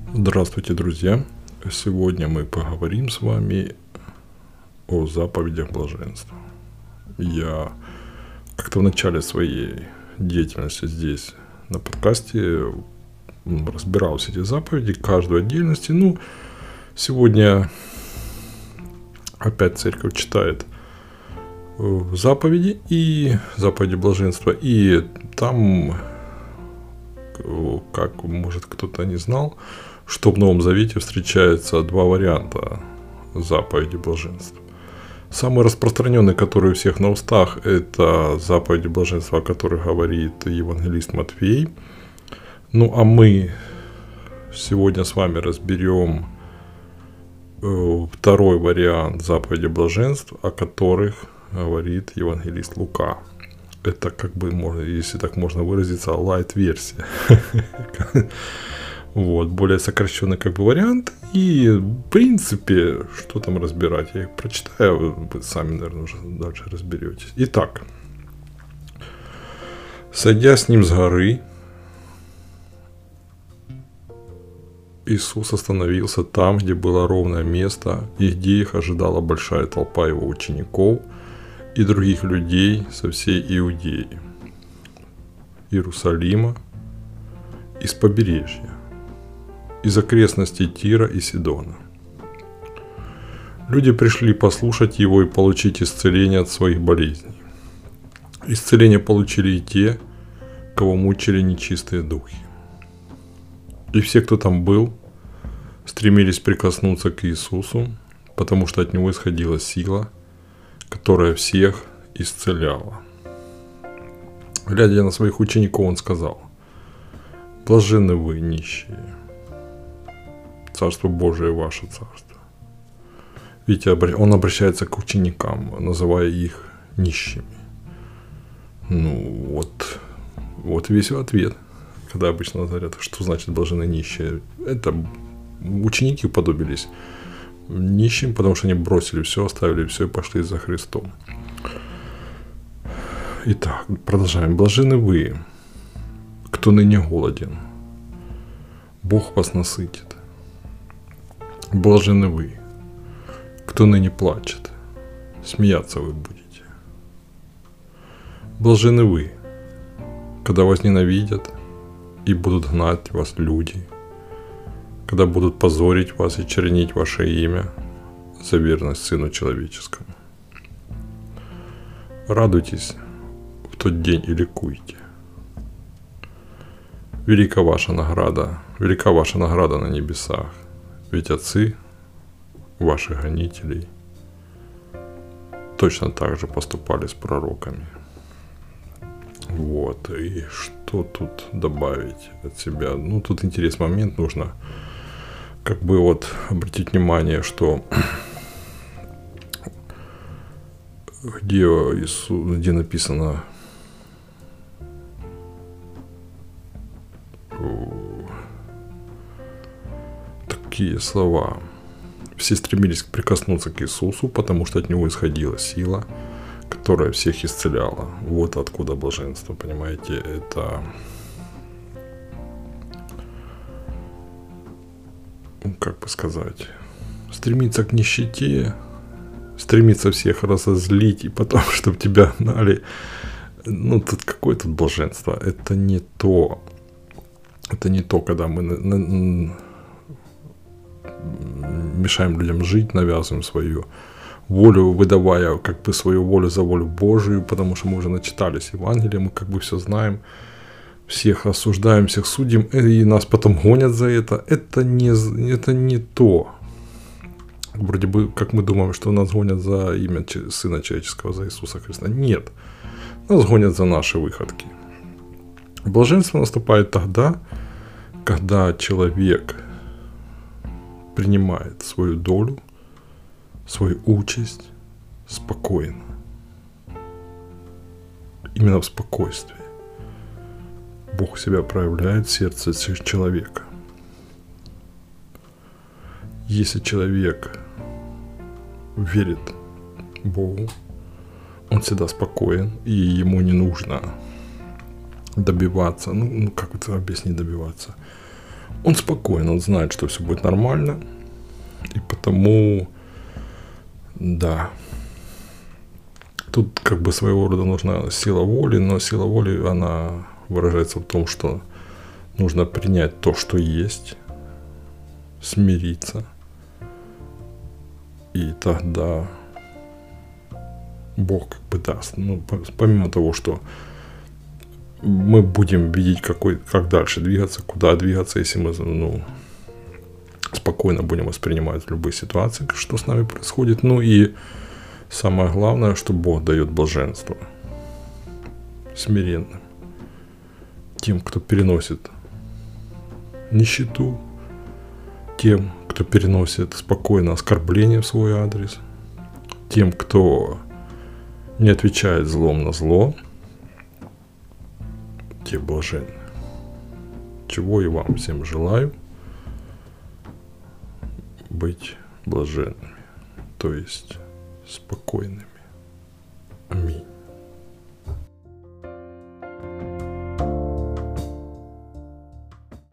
Здравствуйте, друзья! Сегодня мы поговорим с вами о заповедях блаженства. Я как-то в начале своей деятельности здесь на подкасте разбирал все эти заповеди, каждую отдельности. Сегодня опять церковь читает заповеди блаженства, и там, как может кто-то не знал, что в Новом Завете встречается два варианта заповеди блаженства. Самый распространенный, который у всех на устах, это заповеди блаженства, о которых говорит евангелист Матфей. А мы сегодня с вами разберем второй вариант заповеди блаженства, о которых говорит евангелист Лука. Это, если так можно выразиться, лайт-версия. Более сокращенный вариант. И в принципе, что там разбирать, я их прочитаю, вы сами, наверное, уже дальше разберетесь. Итак, сойдя с ним с горы, Иисус остановился там, где было ровное место, и где их ожидала большая толпа его учеников и других людей со всей Иудеи, Иерусалима, из побережья, из окрестностей Тира и Сидона. Люди пришли послушать его и получить исцеление от своих болезней. Исцеление получили и те, кого мучили нечистые духи. И все, кто там был, стремились прикоснуться к Иисусу, потому что от него исходила сила, которая всех исцеляла. Глядя на своих учеников, он сказал: «Блаженны вы, нищие, Царство Божие ваше царство». Видите, он обращается к ученикам, называя их нищими. Вот весь ответ. Когда обычно говорят, что значит блаженны нищие. Это ученики уподобились нищим, потому что они бросили все, оставили все и пошли за Христом. Итак, продолжаем. Блаженны вы, кто ныне голоден, Бог вас насытит. Блаженны вы, кто ныне плачет, смеяться вы будете. Блаженны вы, когда вас ненавидят и будут гнать вас люди, когда будут позорить вас и чернить ваше имя за верность Сыну Человеческому. Радуйтесь в тот день и ликуйте. Велика ваша награда на небесах, ведь отцы ваших гонителей точно так же поступали с пророками. И что тут добавить от себя? Тут интересный момент, нужно обратить внимание, что где написано такие слова: все стремились прикоснуться к Иисусу, потому что от него исходила сила, которая всех исцеляла. Вот откуда блаженство, понимаете, это стремиться к нищете, стремиться всех разозлить и потом, чтобы тебя гнали. Какое тут блаженство? Это не то, когда мы мешаем людям жить, навязываем свою волю, выдавая свою волю за волю Божию, потому что мы уже начитались Евангелия, мы все знаем, всех осуждаем, всех судим, и нас потом гонят за это. Это не то. Вроде бы, как мы думаем, что нас гонят за имя Сына Человеческого, за Иисуса Христа. Нет. Нас гонят за наши выходки. Блаженство наступает тогда, когда человек принимает свою долю, свою участь спокойно. Именно в спокойствии Бог себя проявляет в сердце человека. Если человек верит Богу, он всегда спокоен, и ему не нужно добиваться. Как это объяснить добиваться? Он спокоен, он знает, что все будет нормально. И потому, да, тут как бы своего рода нужна сила воли, но сила воли, она выражается в том, что нужно принять то, что есть, смириться. И тогда Бог как бы даст. Ну, помимо того, что мы будем видеть, как дальше двигаться, куда двигаться, если мы спокойно будем воспринимать любые ситуации, что с нами происходит. Ну и самое главное, что Бог дает блаженство смиренным, тем, кто переносит нищету, тем, кто переносит спокойно оскорбление в свой адрес, тем, кто не отвечает злом на зло, те блаженны. Чего и вам всем желаю: быть блаженными, то есть спокойными.